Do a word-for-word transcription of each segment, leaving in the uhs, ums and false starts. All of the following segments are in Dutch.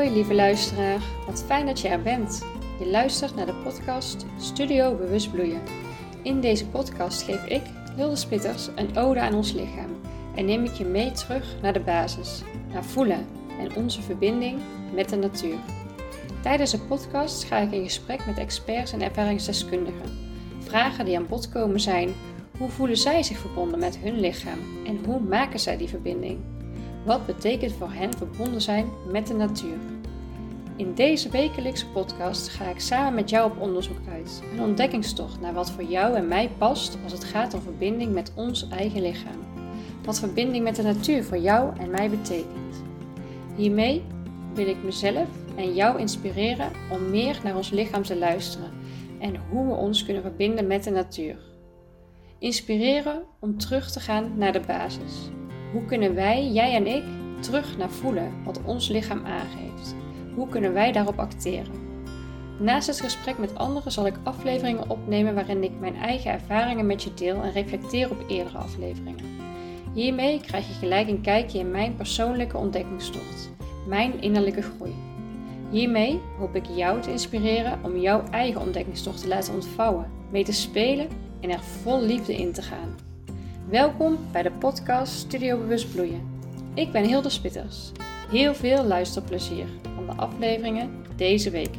Hoi lieve luisteraar, wat fijn dat je er bent. Je luistert naar de podcast Studio Bewust Bloeien. In deze podcast geef ik, Hilde Spitters, een ode aan ons lichaam en neem ik je mee terug naar de basis, naar voelen en onze verbinding met de natuur. Tijdens de podcast ga ik in gesprek met experts en ervaringsdeskundigen. Vragen die aan bod komen zijn: hoe voelen zij zich verbonden met hun lichaam en hoe maken zij die verbinding? Wat betekent voor hen verbonden zijn met de natuur? In deze wekelijkse podcast ga ik samen met jou op onderzoek uit. Een ontdekkingstocht naar wat voor jou en mij past als het gaat om verbinding met ons eigen lichaam. Wat verbinding met de natuur voor jou en mij betekent. Hiermee wil ik mezelf en jou inspireren om meer naar ons lichaam te luisteren en hoe we ons kunnen verbinden met de natuur. Inspireren om terug te gaan naar de basis. Hoe kunnen wij, jij en ik, terug naar voelen wat ons lichaam aangeeft? Hoe kunnen wij daarop acteren? Naast het gesprek met anderen zal ik afleveringen opnemen waarin ik mijn eigen ervaringen met je deel en reflecteer op eerdere afleveringen. Hiermee krijg je gelijk een kijkje in mijn persoonlijke ontdekkingstocht, mijn innerlijke groei. Hiermee hoop ik jou te inspireren om jouw eigen ontdekkingstocht te laten ontvouwen, mee te spelen en er vol liefde in te gaan. Welkom bij de podcast Studio Bewust Bloeien. Ik ben Hilde Spitters. Heel veel luisterplezier van de afleveringen deze week.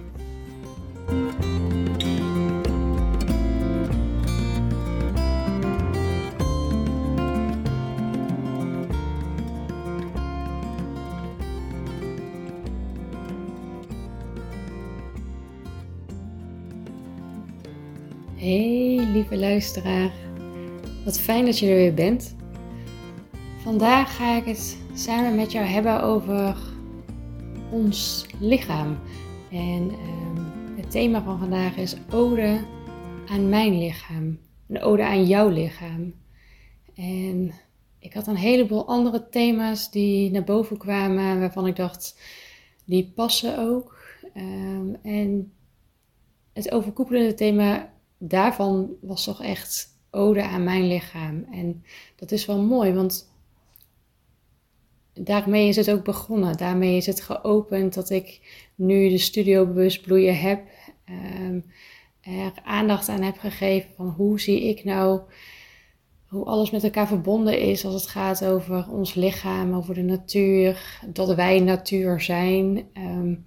Hey lieve luisteraar. Wat fijn dat je er weer bent. Vandaag ga ik het samen met jou hebben over ons lichaam. En um, het thema van vandaag is ode aan mijn lichaam. Een ode aan jouw lichaam. En ik had een heleboel andere thema's die naar boven kwamen, waarvan ik dacht, die passen ook. Um, en het overkoepelende thema daarvan was toch echt ode aan mijn lichaam. En dat is wel mooi, want daarmee is het ook begonnen. Daarmee is het geopend dat ik nu de Studio Bewust Bloeien heb. Um, er aandacht aan heb gegeven van hoe zie ik nou hoe alles met elkaar verbonden is als het gaat over ons lichaam, over de natuur, dat wij natuur zijn. Um,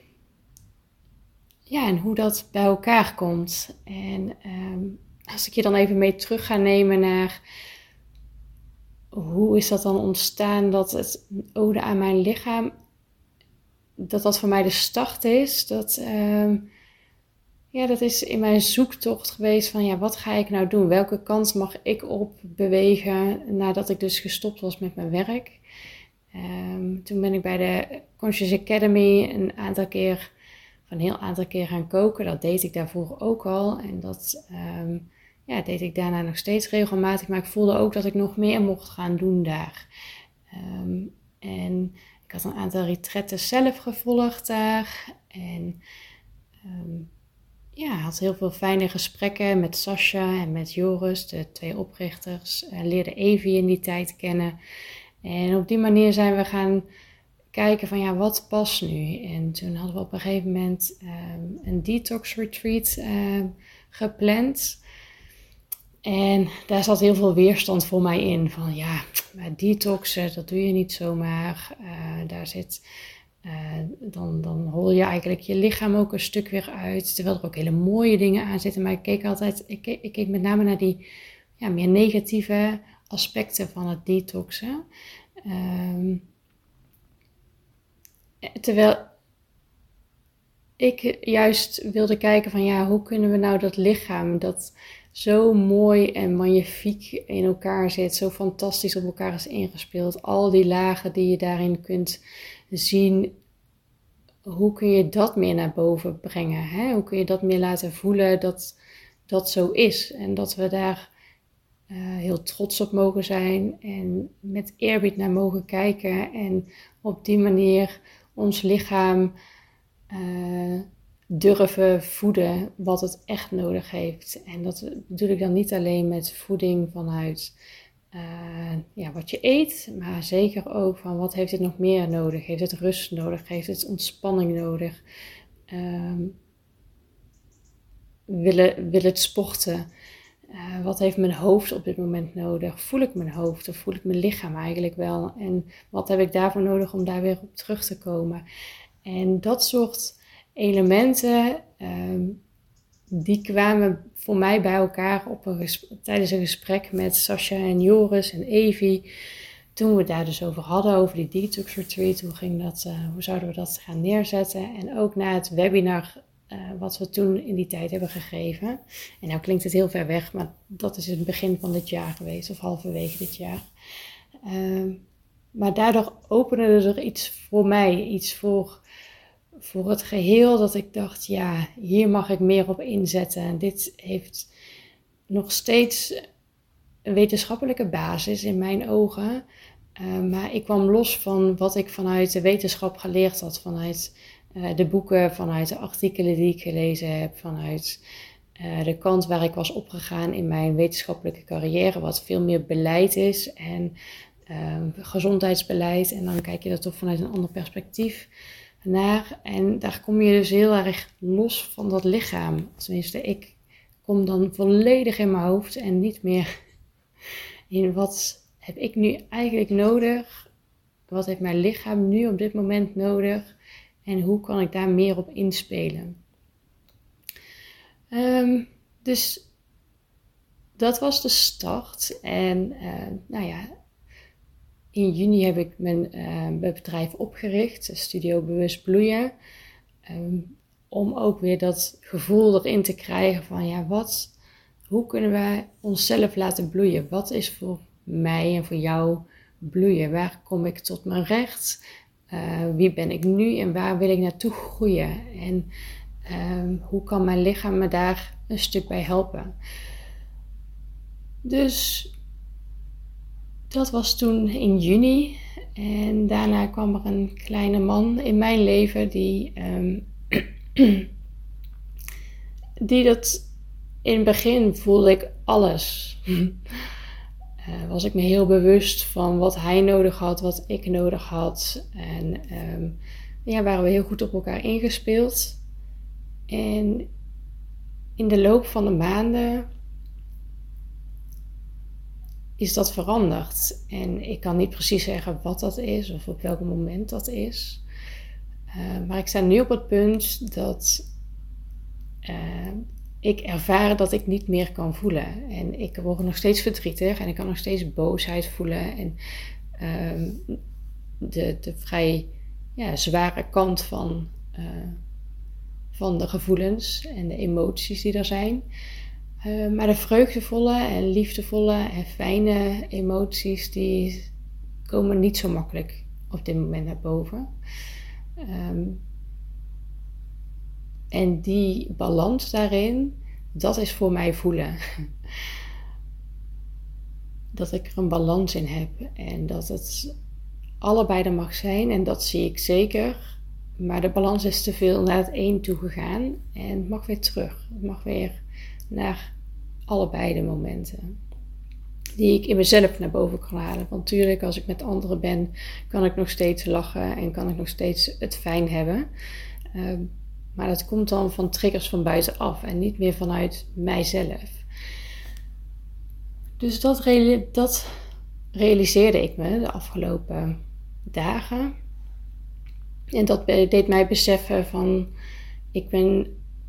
ja, en hoe dat bij elkaar komt. En um, als ik je dan even mee terug ga nemen naar hoe is dat dan ontstaan dat het ode aan mijn lichaam, dat dat voor mij de start is. Dat, um, ja, dat is in mijn zoektocht geweest van ja, wat ga ik nou doen? Welke kant mag ik op bewegen nadat ik dus gestopt was met mijn werk? Um, toen ben ik bij de Conscious Academy een aantal keer, een heel aantal keer gaan koken. Dat deed ik daarvoor ook al en dat Um, Ja, deed ik daarna nog steeds regelmatig, maar ik voelde ook dat ik nog meer mocht gaan doen daar. Um, en ik had een aantal retretten zelf gevolgd daar. En um, ja, had heel veel fijne gesprekken met Sascha en met Joris, de twee oprichters. Uh, leerde Evie in die tijd kennen. En op die manier zijn we gaan kijken van ja, wat past nu? En toen hadden we op een gegeven moment um, een detox retreat uh, gepland. En daar zat heel veel weerstand voor mij in. Van ja, maar detoxen, dat doe je niet zomaar. Uh, daar zit, uh, dan, dan hol je eigenlijk je lichaam ook een stuk weer uit. Terwijl er ook hele mooie dingen aan zitten. Maar ik keek altijd, ik keek, ik keek met name naar die ja, meer negatieve aspecten van het detoxen. Um, terwijl ik juist wilde kijken van ja, hoe kunnen we nou dat lichaam dat zo mooi en magnifiek in elkaar zit, zo fantastisch op elkaar is ingespeeld. Al die lagen die je daarin kunt zien, hoe kun je dat meer naar boven brengen? Hè? Hoe kun je dat meer laten voelen dat dat zo is? En dat we daar uh, heel trots op mogen zijn en met eerbied naar mogen kijken. En op die manier ons lichaam Uh, durven voeden wat het echt nodig heeft. En dat bedoel ik dan niet alleen met voeding vanuit uh, ja, wat je eet, maar zeker ook van wat heeft het nog meer nodig? Heeft het rust nodig? Heeft het ontspanning nodig? Uh, wil, het, wil het sporten? Uh, wat heeft mijn hoofd op dit moment nodig? Voel ik mijn hoofd of voel ik mijn lichaam eigenlijk wel? En wat heb ik daarvoor nodig om daar weer op terug te komen? En dat soort elementen, um, die kwamen voor mij bij elkaar op een ges- tijdens een gesprek met Sascha en Joris en Evie. Toen we het daar dus over hadden, over die detox retreat, hoe, ging dat, uh, hoe zouden we dat gaan neerzetten? En ook na het webinar uh, wat we toen in die tijd hebben gegeven. En nou klinkt het heel ver weg, maar dat is het begin van dit jaar geweest, of halverwege dit jaar. Uh, maar daardoor opende er iets voor mij, iets voor... voor het geheel, dat ik dacht, ja, hier mag ik meer op inzetten. En dit heeft nog steeds een wetenschappelijke basis in mijn ogen. Uh, maar ik kwam los van wat ik vanuit de wetenschap geleerd had. Vanuit uh, de boeken, vanuit de artikelen die ik gelezen heb. Vanuit uh, de kant waar ik was opgegaan in mijn wetenschappelijke carrière. Wat veel meer beleid is en uh, gezondheidsbeleid. En dan kijk je dat toch vanuit een ander perspectief naar. En daar kom je dus heel erg los van dat lichaam. Tenminste, ik kom dan volledig in mijn hoofd en niet meer in wat heb ik nu eigenlijk nodig? Wat heeft mijn lichaam nu op dit moment nodig? En hoe kan ik daar meer op inspelen? Um, dus dat was de start. En uh, nou ja, in juni heb ik mijn uh, bedrijf opgericht, Studio Bewust Bloeien. Um, om ook weer dat gevoel erin te krijgen van ja, wat, hoe kunnen wij onszelf laten bloeien? Wat is voor mij en voor jou bloeien? Waar kom ik tot mijn recht? Uh, wie ben ik nu en waar wil ik naartoe groeien? En um, hoe kan mijn lichaam me daar een stuk bij helpen? Dus dat was toen in juni. En daarna kwam er een kleine man in mijn leven die, um, die dat in het begin voelde ik alles. uh, was ik me heel bewust van wat hij nodig had, wat ik nodig had. En um, ja, waren we heel goed op elkaar ingespeeld. En in de loop van de maanden is dat veranderd. En ik kan niet precies zeggen wat dat is of op welk moment dat is. Uh, maar ik sta nu op het punt dat uh, ik ervaar dat ik niet meer kan voelen. En ik word nog steeds verdrietig en ik kan nog steeds boosheid voelen. En uh, de, de vrij ja, zware kant van, uh, van de gevoelens en de emoties die er zijn. Uh, maar de vreugdevolle en liefdevolle en fijne emoties, die komen niet zo makkelijk op dit moment naar boven. Um, en die balans daarin, dat is voor mij voelen. Dat ik er een balans in heb en dat het allebei er mag zijn en dat zie ik zeker. Maar de balans is te veel naar het een toe gegaan en het mag weer terug. Het mag weer naar allebei de momenten die ik in mezelf naar boven kan halen. Want natuurlijk, als ik met anderen ben, kan ik nog steeds lachen en kan ik nog steeds het fijn hebben. Uh, maar dat komt dan van triggers van buitenaf en niet meer vanuit mijzelf. Dus dat, reali- dat realiseerde ik me de afgelopen dagen. En dat deed mij beseffen van, ik ben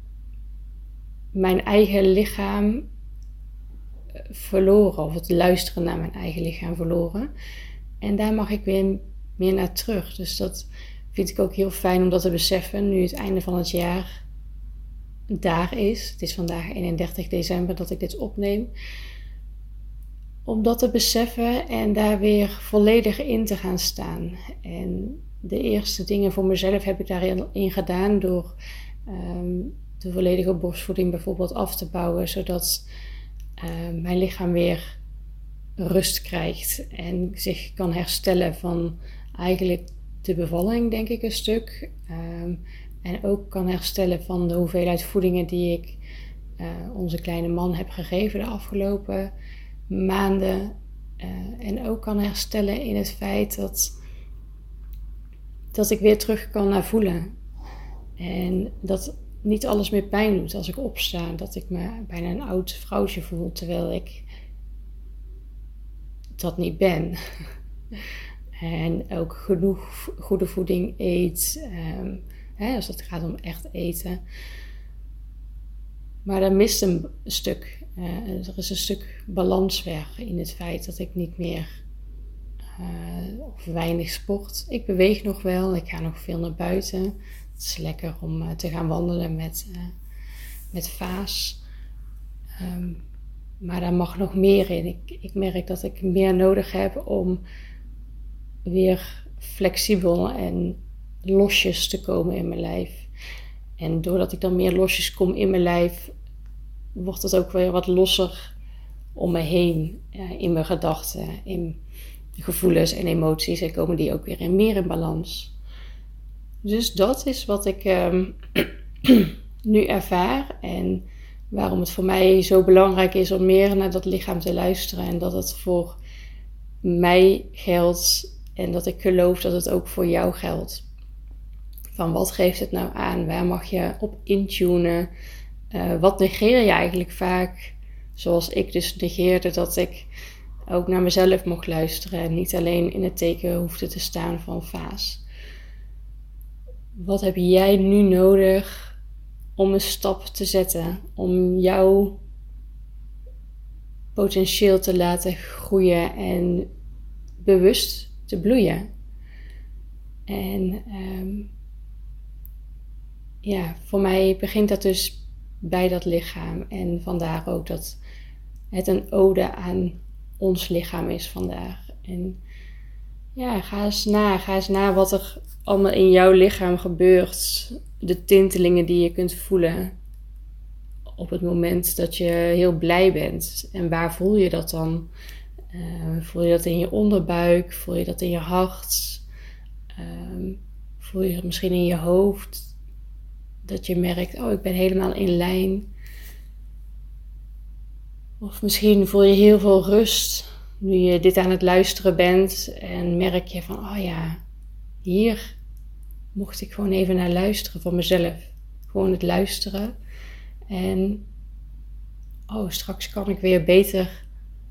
mijn eigen lichaam verloren, of het luisteren naar mijn eigen lichaam verloren. En daar mag ik weer meer naar terug. Dus dat vind ik ook heel fijn om dat te beseffen, nu het einde van het jaar daar is. Het is vandaag eenendertig december dat ik dit opneem. Om dat te beseffen en daar weer volledig in te gaan staan. En de eerste dingen voor mezelf heb ik daarin gedaan door um, de volledige borstvoeding bijvoorbeeld af te bouwen, zodat uh, mijn lichaam weer rust krijgt en zich kan herstellen van eigenlijk de bevalling, denk ik, een stuk. Um, en ook kan herstellen van de hoeveelheid voedingen die ik uh, onze kleine man heb gegeven de afgelopen maanden. Uh, en ook kan herstellen in het feit dat, dat ik weer terug kan naar voelen. En dat niet alles meer pijn doet als ik opsta. Dat ik me bijna een oud vrouwtje voel, terwijl ik dat niet ben. En ook genoeg goede voeding eet. Um, hè, als het gaat om echt eten. Maar er mist een stuk. Uh, er is een stuk balans weg in het feit dat ik niet meer uh, of weinig sport. Ik beweeg nog wel. Ik ga nog veel naar buiten. Het is lekker om uh, te gaan wandelen met, uh, met Vaas. Um, maar daar mag nog meer in. Ik, ik merk dat ik meer nodig heb om weer flexibel en losjes te komen in mijn lijf. En doordat ik dan meer losjes kom in mijn lijf, wordt het ook weer wat losser om me heen. Uh, in mijn gedachten, in gevoelens en emoties. En komen die ook weer in, meer in balans. Dus dat is wat ik um, nu ervaar. En waarom het voor mij zo belangrijk is om meer naar dat lichaam te luisteren. En dat het voor mij geldt. En dat ik geloof dat het ook voor jou geldt. Van wat geeft het nou aan? Waar mag je op intunen? Uh, wat negeer je eigenlijk vaak? Zoals ik dus negeerde dat ik ook naar mezelf mocht luisteren. En niet alleen in het teken hoefde te staan van Vaas. Wat heb jij nu nodig om een stap te zetten? Om jouw potentieel te laten groeien en bewust te bloeien. En um, ja, voor mij begint dat dus bij dat lichaam. En vandaar ook dat het een ode aan ons lichaam is vandaag. En ja, ga eens na. Ga eens na wat er allemaal in jouw lichaam gebeurt. De tintelingen die je kunt voelen op het moment dat je heel blij bent. En waar voel je dat dan? Uh, voel je dat in je onderbuik? Voel je dat in je hart? Uh, voel je dat misschien in je hoofd? Dat je merkt, oh, ik ben helemaal in lijn. Of misschien voel je heel veel rust nu je dit aan het luisteren bent. En merk je van, oh ja, hier mocht ik gewoon even naar luisteren van mezelf. Gewoon het luisteren. En oh, straks kan ik weer beter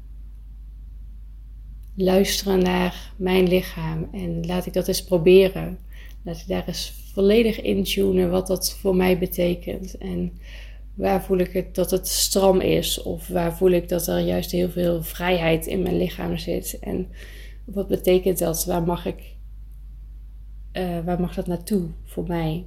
luisteren naar mijn lichaam. En laat ik dat eens proberen. Laat ik daar eens volledig intunen wat dat voor mij betekent. En waar voel ik het dat het stram is? Of waar voel ik dat er juist heel veel vrijheid in mijn lichaam zit? En wat betekent dat? Waar mag ik, uh, waar mag dat naartoe voor mij?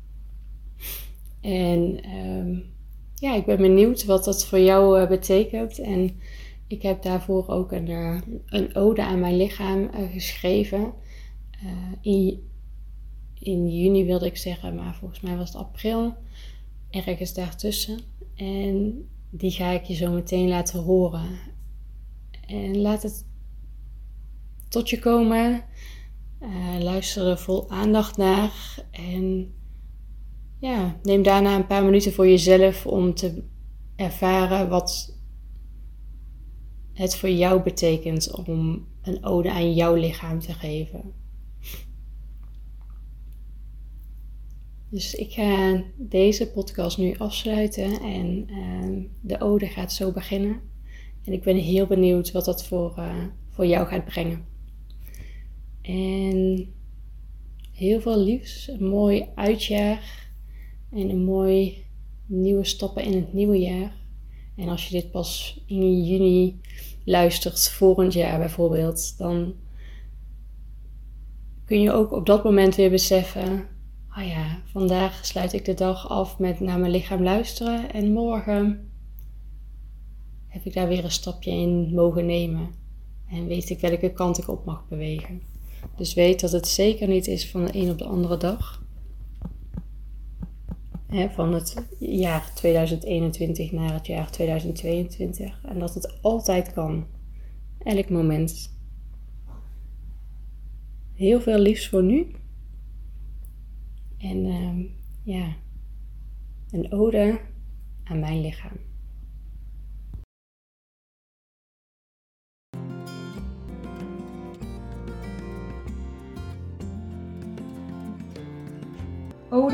En um, ja, ik ben benieuwd wat dat voor jou uh, betekent. En ik heb daarvoor ook een, uh, een ode aan mijn lichaam uh, geschreven. Uh, in, in juni wilde ik zeggen, maar volgens mij was het april. Ergens daartussen. En die ga ik je zo meteen laten horen. En laat het tot je komen. Uh, luister er vol aandacht naar. En ja, neem daarna een paar minuten voor jezelf om te ervaren wat het voor jou betekent om een ode aan jouw lichaam te geven. Dus ik ga deze podcast nu afsluiten en uh, de ode gaat zo beginnen. En ik ben heel benieuwd wat dat voor, uh, voor jou gaat brengen. En heel veel liefs, een mooi uitjaar en een mooi nieuwe stappen in het nieuwe jaar. En als je dit pas in juni luistert, volgend jaar bijvoorbeeld, dan kun je ook op dat moment weer beseffen, oh ja, vandaag sluit ik de dag af met naar mijn lichaam luisteren en morgen heb ik daar weer een stapje in mogen nemen. En weet ik welke kant ik op mag bewegen. Dus weet dat het zeker niet is van de een op de andere dag. He, van het jaar tweeduizend eenentwintig naar het jaar tweeduizend tweeëntwintig. En dat het altijd kan. Elk moment. Heel veel liefs voor nu. En uh, ja, een ode aan mijn lichaam.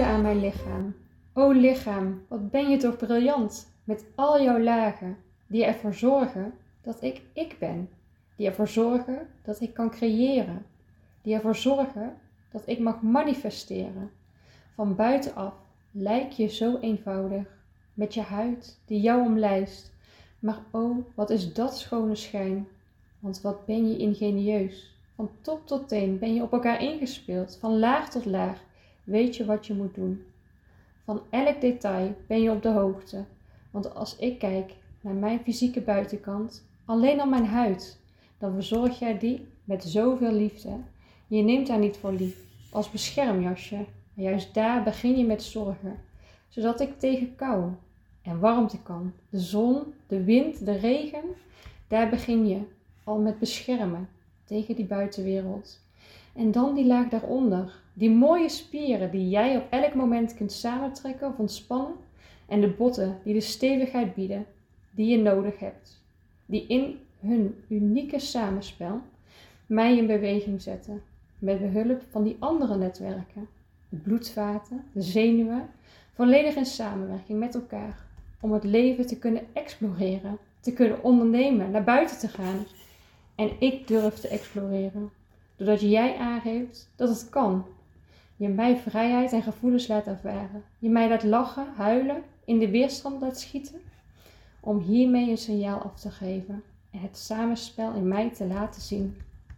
ode aan mijn lichaam. O lichaam, wat ben je toch briljant, met al jouw lagen, die ervoor zorgen dat ik ik ben. Die ervoor zorgen dat ik kan creëren. Die ervoor zorgen dat ik mag manifesteren. Van buitenaf lijk je zo eenvoudig, met je huid die jou omlijst. Maar oh, wat is dat schone schijn, want wat ben je ingenieus. Van top tot teen ben je op elkaar ingespeeld, van laag tot laag weet je wat je moet doen. Van elk detail ben je op de hoogte, want als ik kijk naar mijn fysieke buitenkant, alleen al mijn huid, dan verzorg jij die met zoveel liefde. Je neemt haar niet voor lief, als beschermjasje, maar juist daar begin je met zorgen, zodat ik tegen kou en warmte kan. De zon, de wind, de regen, daar begin je al met beschermen tegen die buitenwereld. En dan die laag daaronder, die mooie spieren die jij op elk moment kunt samentrekken of ontspannen. En de botten die de stevigheid bieden die je nodig hebt. Die in hun unieke samenspel mij in beweging zetten. Met behulp van die andere netwerken. De bloedvaten, de zenuwen, volledig in samenwerking met elkaar. Om het leven te kunnen exploreren, te kunnen ondernemen, naar buiten te gaan. En ik durf te exploreren. Doordat jij aangeeft dat het kan. Je mij vrijheid en gevoelens laat ervaren. Je mij laat lachen, huilen, in de weerstand laat schieten. Om hiermee een signaal af te geven. En het samenspel in mij te laten zien.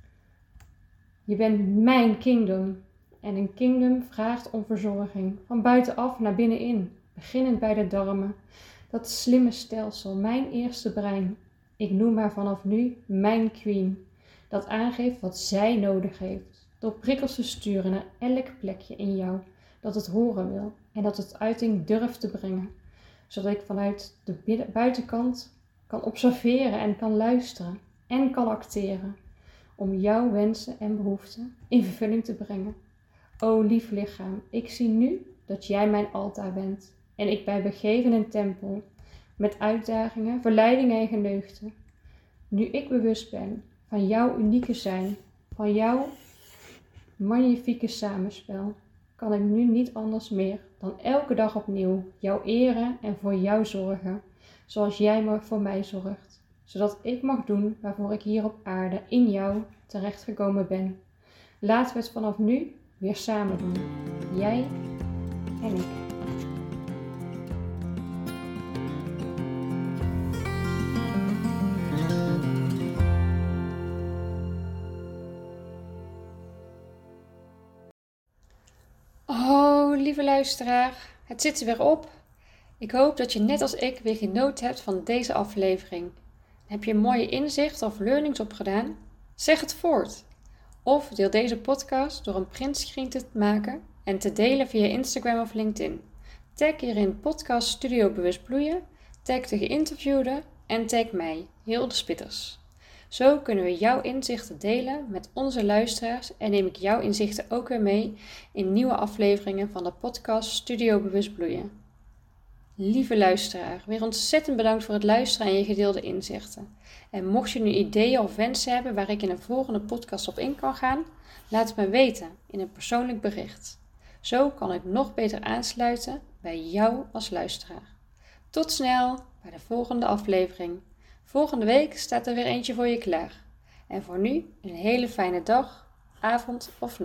Je bent mijn kingdom. En een kingdom vraagt om verzorging. Van buitenaf naar binnenin. Beginnend bij de darmen. Dat slimme stelsel, mijn eerste brein. Ik noem haar vanaf nu mijn queen. Dat aangeeft wat zij nodig heeft. Door prikkels te sturen naar elk plekje in jou. Dat het horen wil. En dat het uiting durft te brengen. Zodat ik vanuit de buitenkant kan observeren en kan luisteren. En kan acteren. Om jouw wensen en behoeften in vervulling te brengen. O lief lichaam, ik zie nu dat jij mijn altaar bent. En ik bij begeven een tempel. Met uitdagingen, verleidingen en geneugten. Nu ik bewust ben van jouw unieke zijn, van jouw magnifieke samenspel, kan ik nu niet anders meer dan elke dag opnieuw jou eren en voor jou zorgen, zoals jij voor mij zorgt. Zodat ik mag doen waarvoor ik hier op aarde in jou terechtgekomen ben. Laten we het vanaf nu weer samen doen. Jij en ik. Oh, lieve luisteraar, het zit er weer op. Ik hoop dat je net als ik weer genoten hebt van deze aflevering. Heb je een mooie inzicht of learnings opgedaan? Zeg het voort. Of deel deze podcast door een printscreen te maken en te delen via Instagram of LinkedIn. Tag hierin podcast Studio Bewust Bloeien, tag de geïnterviewde en tag mij, Hilde Spitters. Zo kunnen we jouw inzichten delen met onze luisteraars en neem ik jouw inzichten ook weer mee in nieuwe afleveringen van de podcast Studio Bewust Bloeien. Lieve luisteraar, weer ontzettend bedankt voor het luisteren en je gedeelde inzichten. En mocht je nu ideeën of wensen hebben waar ik in een volgende podcast op in kan gaan, laat het me weten in een persoonlijk bericht. Zo kan ik nog beter aansluiten bij jou als luisteraar. Tot snel bij de volgende aflevering. Volgende week staat er weer eentje voor je klaar. En voor nu een hele fijne dag, avond of nacht.